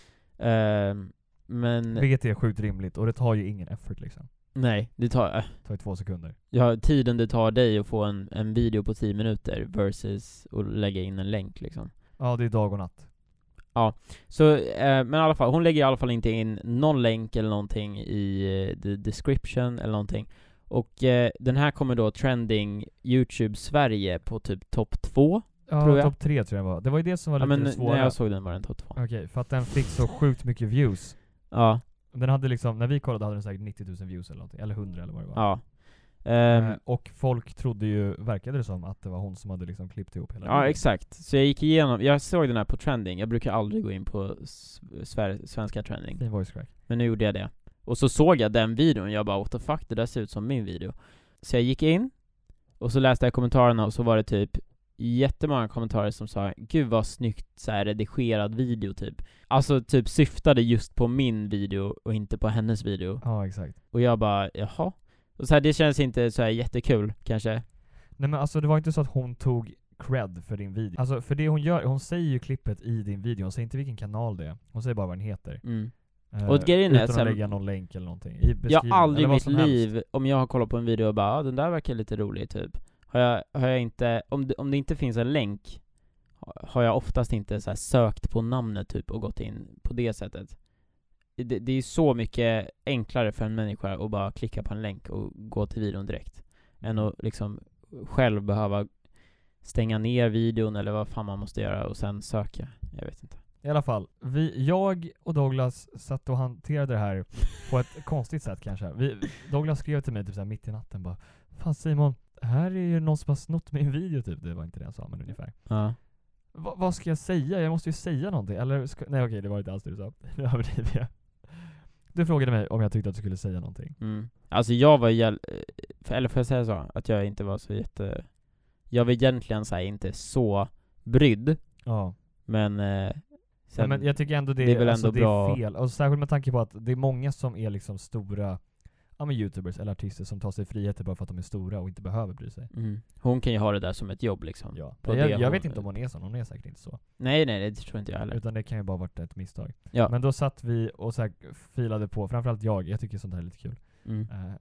Eh, men Vilket är sjukt rimligt, och det tar ju ingen effort liksom. nej, det tar, äh, Det tar ju två sekunder. ja, tiden det tar dig att få en, en video på tio minuter versus att lägga in en länk liksom. Ja, det är dag och natt. Så, eh, men i alla fall, hon lägger i alla fall inte in någon länk eller någonting i eh, the description eller någonting. Och eh, den här kommer då trending YouTube Sverige på typ topp två. Ja, tror jag. topp tre tror jag var. Det var ju det som var Ja, lite men svåra. när jag såg den var den topp två. Okej, för att den fick så sjukt mycket views. Ja, Den hade liksom, när vi kollade hade den säkert nittio tusen views eller någonting, eller hundra eller vad det var. ja. Ehm, Eh, och folk trodde ju, verkade det som, att det var hon som hade liksom klippt ihop hela ja, videon. exakt. Så jag gick igenom, jag såg den här på trending. Jag brukar aldrig gå in på s- sver- svenska trending. Fin voice crack. Men nu gjorde jag det. Och så såg jag den videon, jag bara what the fuck, det där ser ut som min video. Så jag gick in, och så läste jag kommentarerna, och så var det typ jättemånga kommentarer som sa gud vad snyggt så här redigerad video typ. Alltså typ syftade just på min video och inte på hennes video. Ja, exakt. Och jag bara, jaha. Och så här, det känns inte så här jättekul kanske. Nej men alltså det var inte så att hon tog cred för din video. Alltså för det hon gör, hon säger ju klippet i din video, hon säger inte vilken kanal det är. Hon säger bara vad den heter. Mm. Eh, Och grejen är utan så här- att lägga någon länk eller någonting i Jag beskrivningen, har aldrig i eller vad mitt som helst. liv, om jag har kollat på en video och bara, ah, den där verkar lite rolig typ. Har jag, har jag inte, om det, om det inte finns en länk, har jag oftast inte så här sökt på namnet typ och gått in på det sättet. Det, det är så mycket enklare för en människa att bara klicka på en länk och gå till videon direkt. Än att liksom själv behöva stänga ner videon eller vad fan man måste göra och sen söka. Jag vet inte. I alla fall, vi, jag och Douglas satt och hanterade det här på ett konstigt sätt kanske. Vi, Douglas skrev till mig typ så här mitt i natten bara, fan Simon, här är ju någon som har snott min video typ. Det var inte det jag sa, men ungefär. Ja. Va, vad ska jag säga? Jag måste ju säga någonting. Eller ska, nej okej, det var inte alls det du sa. Nu överdriver jag. Du frågade mig om jag tyckte att du skulle säga någonting. Mm. Alltså jag var jäl... Eller får jag säga så? Att jag inte var så jätte... Jag var egentligen så här inte så brydd. Ja. Men... Eh, sen, ja, men jag tycker ändå det, det är väl alltså, ändå det bra- är fel. Och särskilt med tanke på att det är många som är liksom stora, ja men YouTubers eller artister som tar sig friheter bara för att de är stora och inte behöver bry sig. mm. Hon kan ju ha det där som ett jobb liksom. Ja. På Jag, det jag hon- vet inte om hon är sån, hon är säkert inte så. Nej, nej, det tror inte jag heller. Utan det kan ju bara varit ett misstag. Ja. Men då satt vi och så här filade på, framförallt jag, jag tycker sånt här är lite kul. Mm. Eh,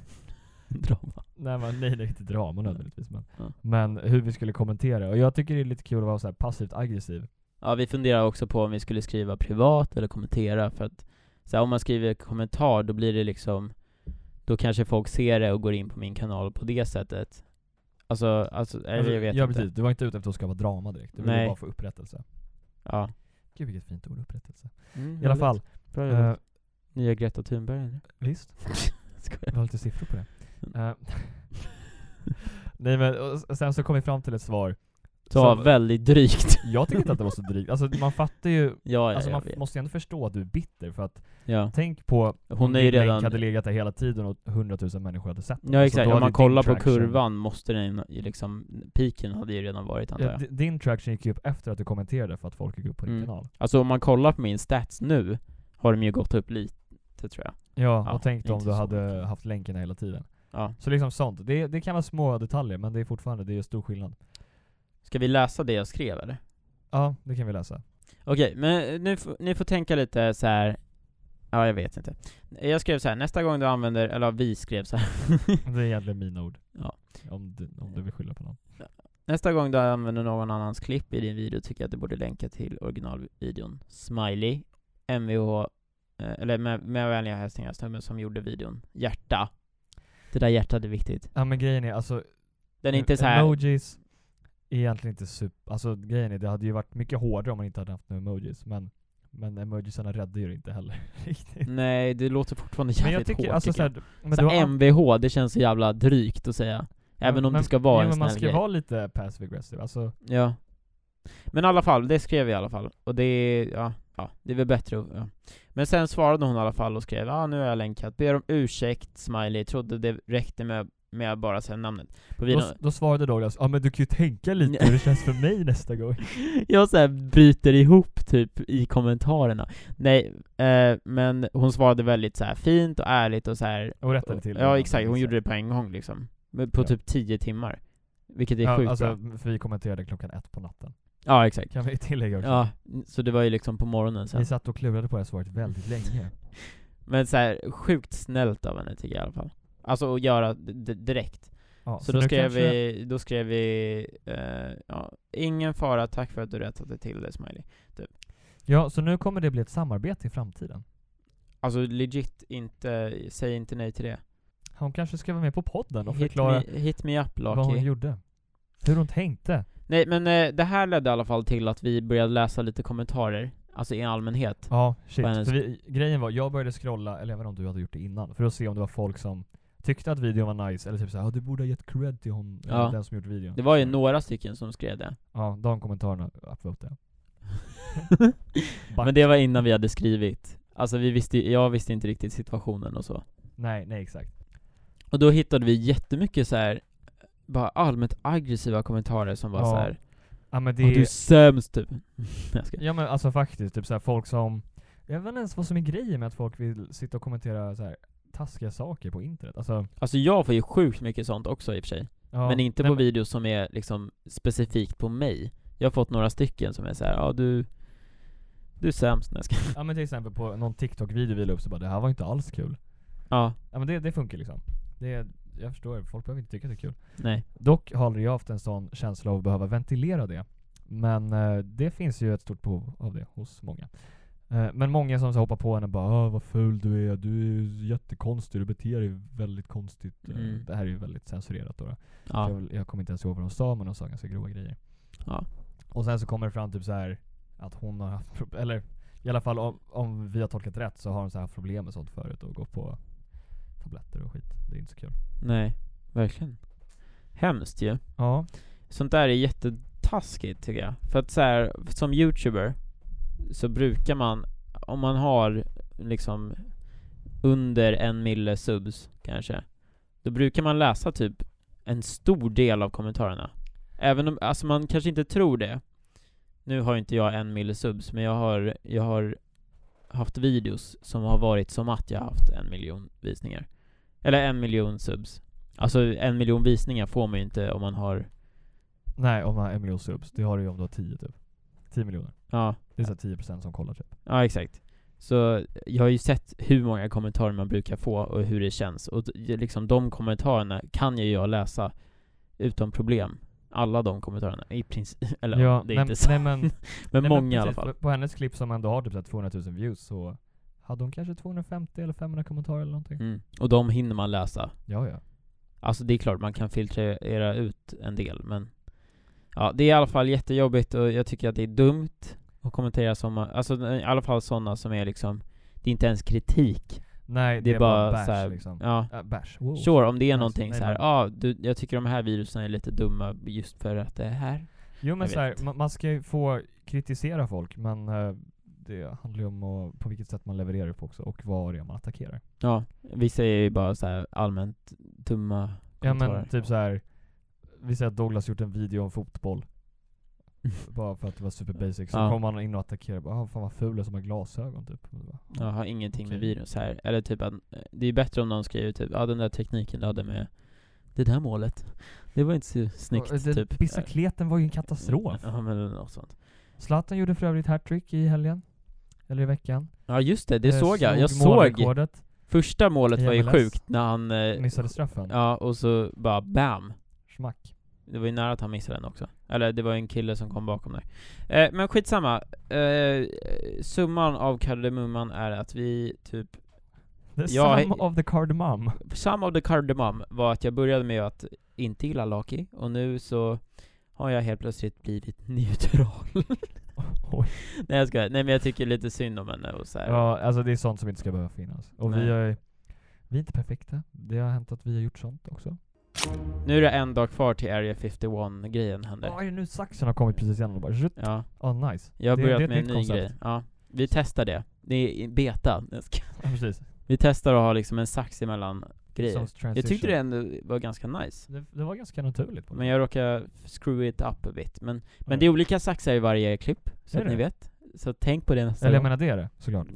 Drama. nej, men, nej, det är inte drama nödvändigtvis. Men, Ja. men hur vi skulle kommentera. Och jag tycker det är lite kul att vara så här passivt aggressiv. Ja, vi funderar också på om vi skulle skriva privat eller kommentera. För att så här, om man skriver kommentar, då blir det liksom... Då kanske folk ser det och går in på min kanal på det sättet. Alltså, alltså eller Alltså, jag vet ja, inte. precis. Du var inte ute efter att skapa drama direkt. Du ville Nej. bara få upprättelse. Ja. Gud vilket fint ord, upprättelse. Mm, I alla fall. Bra eh, jobbat. Nya Greta Thunberg eller? visst. Skojar. Vi har lite siffror på det. Eh, nej men, och sen så kom vi fram till ett svar. Så var som- väldigt drygt. Jag tycker inte att det var så drygt. Alltså man fattar ju, Ja, ja, alltså jag man vet. måste ju ändå förstå att du är bitter. För att Ja. tänk på Hon om är ju din länk redan... hade legat där hela tiden och hundratusen människor hade sett den. Ja, Alltså, exakt. då Om hade man din kollar på traction- kurvan måste den ju liksom... Piken hade ju redan varit, antar Ja, jag. d- din traction gick ju upp efter att du kommenterade för att folk gick upp på din Mm. kanal. Alltså om man kollar på min stats nu har de ju gått upp lite, tror jag. Ja, Ja, och tänk dig om inte du så hade mycket. haft länken hela tiden. Ja. Så liksom sånt. Det, det kan vara små detaljer, men det är fortfarande, det är stor skillnad. Ska vi läsa det jag skrev, eller? Ja, det kan vi läsa. Okej, men nu, f- ni får tänka lite så här. Ja, jag vet inte. Jag skrev så här: nästa gång du använder, eller vi skrev så här. Det är egentligen mina ord. Ja. Om du, om du vill skylla på någon. Nästa gång du använder någon annans klipp i din video tycker jag att du borde länka till originalvideon. Smiley, M V H, eh, eller med, med vänliga hälsningar, snubben som gjorde videon. Hjärta. Det där hjärtat är viktigt. Ja, men grejen är alltså, Den är inte så här. emojis är egentligen inte super, alltså grejen är, det hade ju varit mycket hårdare om man inte hade haft några emojis, men men emojisarna räddar ju det inte heller riktigt. Nej, det låter fortfarande Men jävligt jag tycker, hårt, alltså tycker jag. såhär, men Så du har an- M V H, det känns så jävla drygt att säga. Även om men, det ska vara ja, en men man snäll ska grej. vara lite passive aggressive, alltså. Ja. Men i alla fall, det skrev vi i alla fall. Och det är, ja, ja det är väl bättre att, ja. Men sen svarade hon i alla fall och skrev, ja ah, nu har jag länkat. Ber om ursäkt, smiley. Trodde det räckte med, med att bara säga namnet. På videon. Då, då svarade Douglas, ja ah, men du kan ju tänka lite hur det känns för mig nästa gång. Jag så här bryter ihop typ i kommentarerna. Nej, eh, men hon svarade väldigt så här fint och ärligt och så här. Och rättade till. Ja, exakt. Hon gjorde det på en gång liksom. På ja. typ tio timmar. Vilket är ja, sjukt alltså, bra. för vi kommenterade klockan ett på natten. Ja, exakt. Kan vi tillägga också. Ja, så det var ju liksom på morgonen sen. Vi satt och klurade på det här svaret väldigt länge. Men så här sjukt snällt av henne tycker jag i alla fall. Alltså att göra d- direkt. Ja, så, så då, skrev kanske... vi, då skrev vi eh, ja, ingen fara, tack för att du rättade till det, smiley. Typ. Ja, så nu kommer det bli ett samarbete i framtiden. Alltså legit, inte, säg inte nej till det. Hon kanske ska vara med på podden och Hit förklara me, hit me up, vad hon Lucky. gjorde. Hur hon tänkte. Nej, men eh, det här ledde i alla fall till att vi började läsa lite kommentarer. Alltså i allmänhet. Ja, shit. På hennes- För vi, grejen var, jag började scrolla, eller jag vet inte om du hade gjort det innan, för att se om det var folk som tyckte att videon var nice, eller typ såhär, ja du borde ha gett cred till hon, Ja. eller den som gjort videon. Det var ju Så- några stycken som skrev det. Ja, de kommentarerna upvotade jag. Men det var innan vi hade skrivit. Alltså vi visste, jag visste inte riktigt situationen och så. Nej, nej exakt. Och då hittade vi jättemycket så här bara allmänt aggressiva kommentarer som var Ja. så här. Ja men det "Åh, du är sämst typ." Jag ska. Ja men alltså faktiskt, typ såhär folk som, jag vet inte ens vad som är grejen med att folk vill sitta och kommentera så här taskiga saker på internet. Alltså, Alltså jag får ju sjukt mycket sånt också i och för sig. ja, Men inte nej, på videos som är liksom specifikt på mig. Jag har fått några stycken som är så här, ja du du är sämst när jag ska. Ja men till exempel på någon TikTok-video vi la upp så bara, det här var inte alls kul. Ja, Ja men det, det funkar liksom. Det, jag förstår, folk behöver inte tycka det är kul. nej. Dock har aldrig jag haft en sån känsla av att behöva ventilera det. Men eh, det finns ju ett stort behov av det hos många. Eh, men många som så hoppar på henne och bara, ah, vad ful du är, du är ju jättekonstig, du beter dig väldigt konstigt. Eh, Mm. Det här är ju väldigt censurerat då. då. Ja. Jag, jag kommer inte ens ihåg vad de sa, men de sa ganska grova grejer. Ja. Och sen så kommer det fram typ så här att hon har haft pro- eller i alla fall om, om vi har tolkat rätt så har hon så här haft problem med sånt förut och gå på tabletter och skit. Det är inte så kul. Nej, verkligen. Hemskt ju. Ja. Sånt där är jättetaskigt tycker jag. För att så här, som YouTuber så brukar man, om man har liksom under en mille subs kanske, då brukar man läsa typ en stor del av kommentarerna. Även om, alltså man kanske inte tror det. Nu har inte jag en mille subs, men jag har, jag har haft videos som har varit som att jag har haft en miljon visningar. Eller en miljon subs. Alltså en miljon visningar får man ju inte om man har, Nej, om man har en miljon subs. Det har du ju om du har tio typ. tio miljoner. ja, Det är så här tio procent som kollar typ. ja exakt. Så jag har ju sett hur många kommentarer man brukar få och hur det känns. Och d- liksom de kommentarerna kan ju jag läsa utan problem. Alla de kommentarerna i princip, eller Ja, det är nej, inte så. nej, men, men nej, många men i alla precis, fall. På, på hennes klipp som ändå har typ så här tvåhundratusen views så hade hon kanske tvåhundrafemtio eller femhundra kommentarer eller någonting. Mm. Och de hinner man läsa. Ja, ja. Alltså det är klart man kan filtrera ut en del, men ja, det är i alla fall jättejobbigt och jag tycker att det är dumt att kommentera som, alltså i alla fall sådana som är liksom, det är inte ens kritik. Nej, Det är bara bash så här, liksom. Ja. Äh, bash. Wow. Sure, om det är Alltså, någonting nej, så här, men- ja, du, jag tycker de här virusen är lite dumma just för att det är här. Jo men Jag så här, vet. man, man ska ju få kritisera folk, men eh, det handlar ju om att, på vilket sätt man levererar på också och vad det är man attackerar. Ja, vissa är ju bara så här allmänt dumma Ja kommentarer. men typ så här. Vi säger att Douglas gjort en video om fotboll bara för att det var super basic. Så Ja. kommer man in och attackerar bara, ah, fan vad ful är som har glasögon typ. Och bara, Jag har ingenting med Okej. virus här. Eller typ att eh, det är bättre om någon skriver typ, ja den där tekniken du hade med det där målet, det var inte så snyggt Och det, typ. Bicicleten var ju en katastrof. Ja men något sånt. Zlatan gjorde för övrigt hattrick i helgen. Eller i veckan. Ja just det, det Eh, såg jag. Jag slog såg målrekordet, första målet i var ju M L S. sjukt när han eh, missade straffen. ja, och så bara bam. Schmack. Det var ju nära att han missade den också. Eller det var en kille som kom bakom där. Eh, men skitsamma. Eh, summan av kardemumman är att vi typ The Ja, sum he- of the cardamom. Some of the cardamom var att jag började med att inte gilla Lucky. Och nu så har jag helt plötsligt blivit neutral. Oj. Nej jag ska, nej men jag tycker lite synd om henne och så här. Ja, alltså det är sånt som inte ska behöva finnas. Och Nej. vi är, vi är inte perfekta. Det har hänt att vi har gjort sånt också. Nu är det en dag kvar till Area femtioett-grejen händer. Ja, är det nu saxen har kommit precis igen och bara shit. Ja, Oh, nice. jag har Det- börjat det är ett med en nytt ny koncept. grej. Ja, vi testar det. Det är i beta. Jag ska- Ja, precis. Vi testar att ha liksom en sax emellan grejer. Som Jag transition. tyckte det ändå var ganska nice. Det, det var ganska naturligt på det. Men jag råkar screw it up a bit. Men, men Ja. det är olika saxar i varje klipp, så Är att ni det? vet. Så tänk på det nästa Eller jag gång. menar det är det, såklart.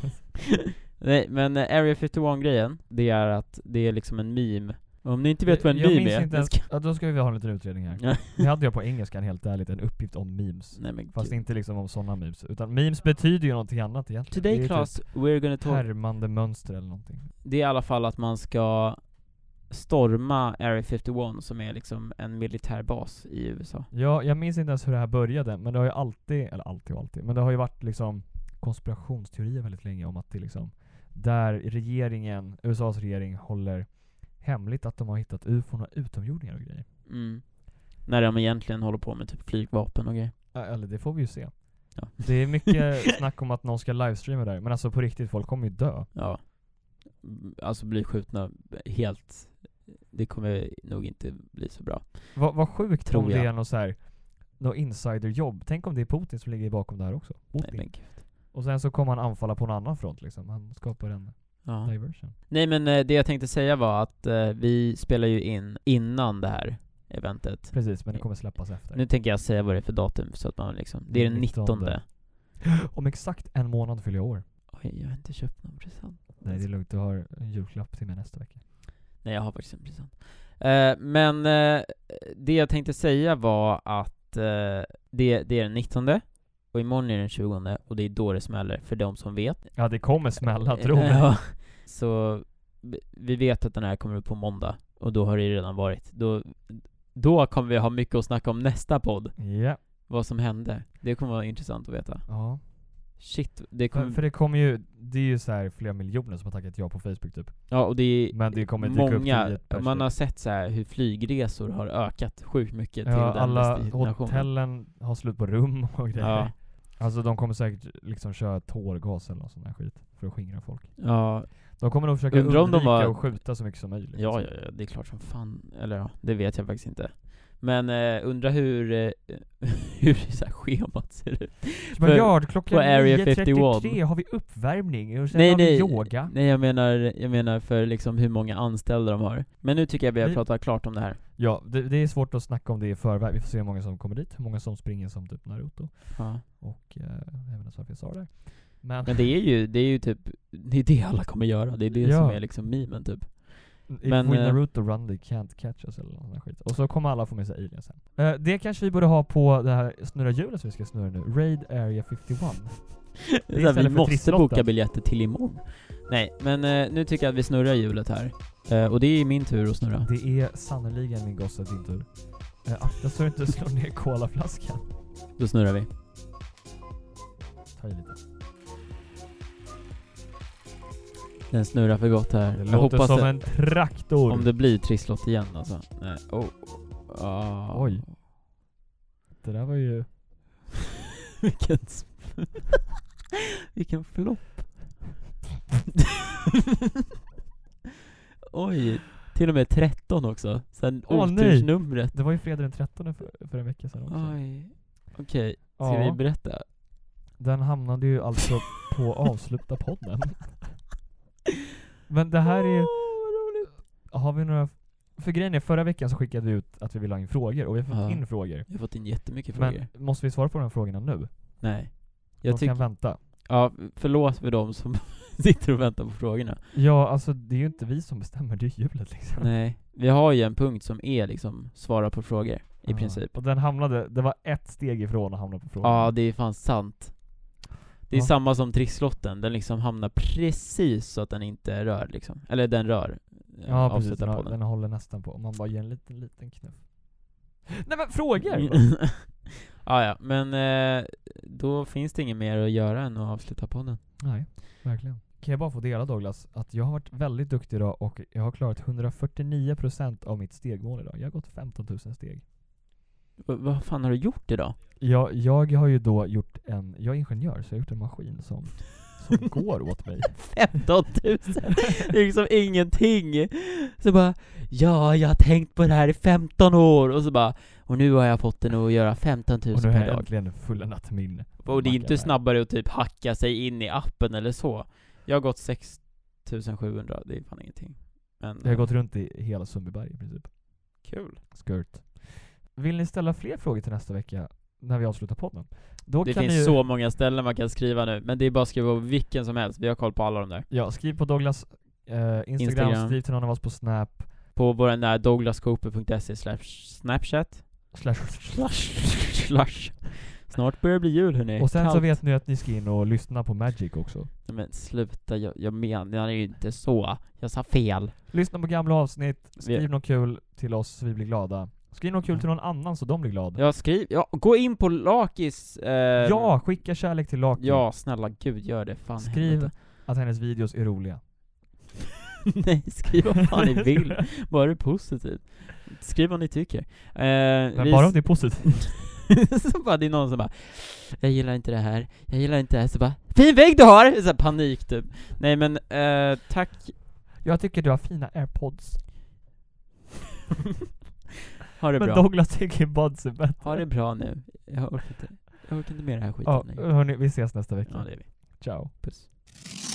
Nej, men eh, Area fifty-one-grejen, det är att det är liksom en meme. Om ni inte vet vad en jag meme minns är, inte det ens, ska... ja, då ska vi ha en liten utredning här. Ja. Det hade jag på engelskan helt ärligt, en uppgift om memes. Nej, men Fast gud. inte liksom om sådana memes. Utan memes betyder ju någonting annat egentligen. Det Today är class, typ we're gonna talk... härmande mönster eller någonting. Det är i alla fall att man ska storma Area fifty-one, som är liksom en militärbas i U S A. Ja, jag minns inte ens hur det här började, men det har ju alltid, eller alltid och alltid, men det har ju varit liksom konspirationsteorier väldigt länge om att det liksom, där regeringen, U S A:s regering håller hemligt att de har hittat U F O och utomjordingar och grejer. Mm. När de egentligen håller på med typ flygvapen och grejer. Ja, eller det får vi ju se. Ja. Det är mycket snack om att någon ska livestreama där, men alltså på riktigt, folk kommer ju dö. Ja. Mm, Alltså bli skjutna helt... Det kommer nog inte bli så bra. Vad vad sjukt Tror om jag. det är något så här, något insiderjobb. Tänk om det är Putin som ligger bakom det här också. Nej, Putin. men gud. Och sen så kommer han anfalla på en annan front liksom. Han skapar en Ja. diversion. Nej, men eh, det jag tänkte säga var att eh, vi spelar ju in innan det här eventet. Precis, men det kommer släppas efter. Nu tänker jag säga vad det är för datum, så att man liksom... Det är den nittonde. Om exakt en månad fyller jag år. Oj, jag har inte köpt någon present. Nej, det är lugnt. Du har en julklapp till mig nästa vecka. Nej, jag har faktiskt en present. Eh, men eh, det jag tänkte säga var att eh, det, det är den nittonde, och imorgon är den tjugonde, och det är då det smäller, för de som vet. Ja, det kommer smälla, tro mig. Ja. Så vi- vi vet att den här kommer upp på måndag, och då har det redan varit. Då, då kommer vi ha mycket att snacka om nästa podd. Ja. Vad som hände. Det kommer vara intressant att veta. Ja. Shit, det kommer... För, för det kommer ju, det är ju så här flera miljoner som har tackat ja på Facebook typ. Ja, och det är Men det kommer dyka upp många, tio pers man typ. har sett så här hur flygresor har ökat sjukt mycket till Ja, den alla destinationen. hotellen har slut på rum och grejer. Ja. Alltså de kommer säkert liksom köra tårgas eller någon sån här skit för att skingra folk. Ja, De kommer nog försöka Undrar om de undvika var- att skjuta så mycket som möjligt. ja, ja, ja, det är klart som fan. Eller ja, det vet jag faktiskt inte. Men eh, undrar hur eh, hur så här schemat ser ut. Men För- ja, klockan på Area nio fifty-one trettiotre har vi uppvärmning och sen Nej, har vi nej, yoga. nej jag menar, jag menar för liksom hur många anställda de har. Men nu tycker jag vi har Vi- pratat klart om det här. Ja, det, det är svårt att snacka om det i förväg. Vi får se hur många som kommer dit, hur många som springer som typ Naruto. Ja. Och eh, även varför jag sa det där. Men, Men det är ju, det är ju typ, det är det alla kommer göra. Det är det Ja. som är liksom memen typ. If men, we eh, Naruto run they can't catch us eller någon sån här skit. Och så kommer alla få med sig aliens sen. Eh, det kanske vi borde ha på det här snurra hjulet som vi ska snurra nu. Raid Area fifty-one. Det är så här, vi istället för måste trisslotten. boka biljetter till imorgon. Nej, men eh, nu tycker jag att vi snurrar hjulet här. Eh, och det är min tur att snurra. Det är sannoliken min gosse din tur. Eh, akta så du inte slår ner colaflaskan. Då snurrar vi. Ta i lite. Den snurrar för gott här. Det Jag låter hoppas som det, en traktor. om det blir trisslott igen alltså. Nej. Oh. Ah. Oj. Det där var ju... Vilken sp- Vilken flopp. Oj. Till och med tretton också. Sen Åh, nej. otursnumret. Det var ju fredag den trettonde för, för en vecka sedan också. Oj. Okej. Ska Ja. vi berätta? Den hamnade ju alltså på avsluta podden. Men det här är ju... Har vi några... För grejen är, förra veckan så skickade vi ut att vi vill ha in frågor, och vi har fått Ja. in frågor. Jag har fått in jättemycket Men frågor. måste vi svara på de här frågorna nu? Nej. De Jag tycker... kan vänta. Ja, förlåt för de som sitter och väntar på frågorna. Ja, alltså det är ju inte vi som bestämmer, det är hjulet liksom. Nej. Vi har ju en punkt som är liksom svara på frågor. I Ja. princip. Och den hamnade, det var ett steg ifrån att hamna på frågan. Ja, det är fan sant. Det är Ja. samma som trisslotten. Den liksom hamnar precis så att den inte rör liksom. Eller den rör. eh, Ja, precis. avslutar Den, har- podden. den håller nästan på. Om man bara ger en liten, liten knuff. Nej men frågor! Ja, ja. Men eh, då finns det inget mer att göra än att avsluta podden. Nej, verkligen. Kan jag bara få dela, Douglas, att jag har varit väldigt duktig idag och jag har klarat hundrafyrtionio procent av mitt stegmål idag. Jag har gått femton tusen steg. V- vad fan har du gjort idag? Jag, jag har ju då gjort en, jag är ingenjör så jag har gjort en maskin som, som går åt mig. femton tusen! Det är liksom ingenting. Så bara, ja, jag har tänkt på det här i femton år. Och så bara, och nu har jag fått den att göra femton Och nu tusen har per jag dag. äntligen fulländat min. Och det är inte macka där. snabbare att typ hacka sig in i appen eller så. Jag har gått sex tusen sjuhundra, det är fan ingenting. Men, Jag har gått runt i hela Sundbyberg i princip. Kul. Skirt. Vill ni ställa fler frågor till nästa vecka när vi avslutar podden? Då Det kan finns ni ju... så många ställen man kan skriva nu, men det är bara att skriva på vilken som helst. Vi har koll på alla de där. Ja, skriv på Douglas eh, Instagram, Instagram. skriv till någon av oss på Snap. På vår där douglascooper punkt se slash snapchat. Slash. Slash. Slash. Snart börjar det bli jul, hörni. Och sen Kallt. så vet ni att ni ska in och lyssna på Magic också. Men sluta, jag, jag menar ju inte så. Jag sa fel. Lyssna på gamla avsnitt, skriv Vi- något kul till oss så vi blir glada. Skriv något kul till någon annan så de blir glada. Jag skriv, ja, gå in på Lakis. Eh, Ja, skicka kärlek till Laki. Ja, snälla gud, gör det. Fan, Skriv helvete. att hennes videos är roliga. Nej, skriv vad fan ni vill. Bara det är positivt. Skriv vad ni tycker. Eh, Men vi- bara om det är positivt. Så bara det är någon som bara, jag gillar inte det här, jag gillar inte det här. Så bara, fin vägg du har! Så här, panik typ. Nej men, eh, tack. Jag tycker du har fina AirPods. Ha det Men bra. Douglas tycker buds är bättre. Ha det bra nu. Jag orkar inte, jag orkar inte med det här skiten Ja, längre. hörni, vi ses nästa vecka. Ja, det är vi. Ciao. Puss.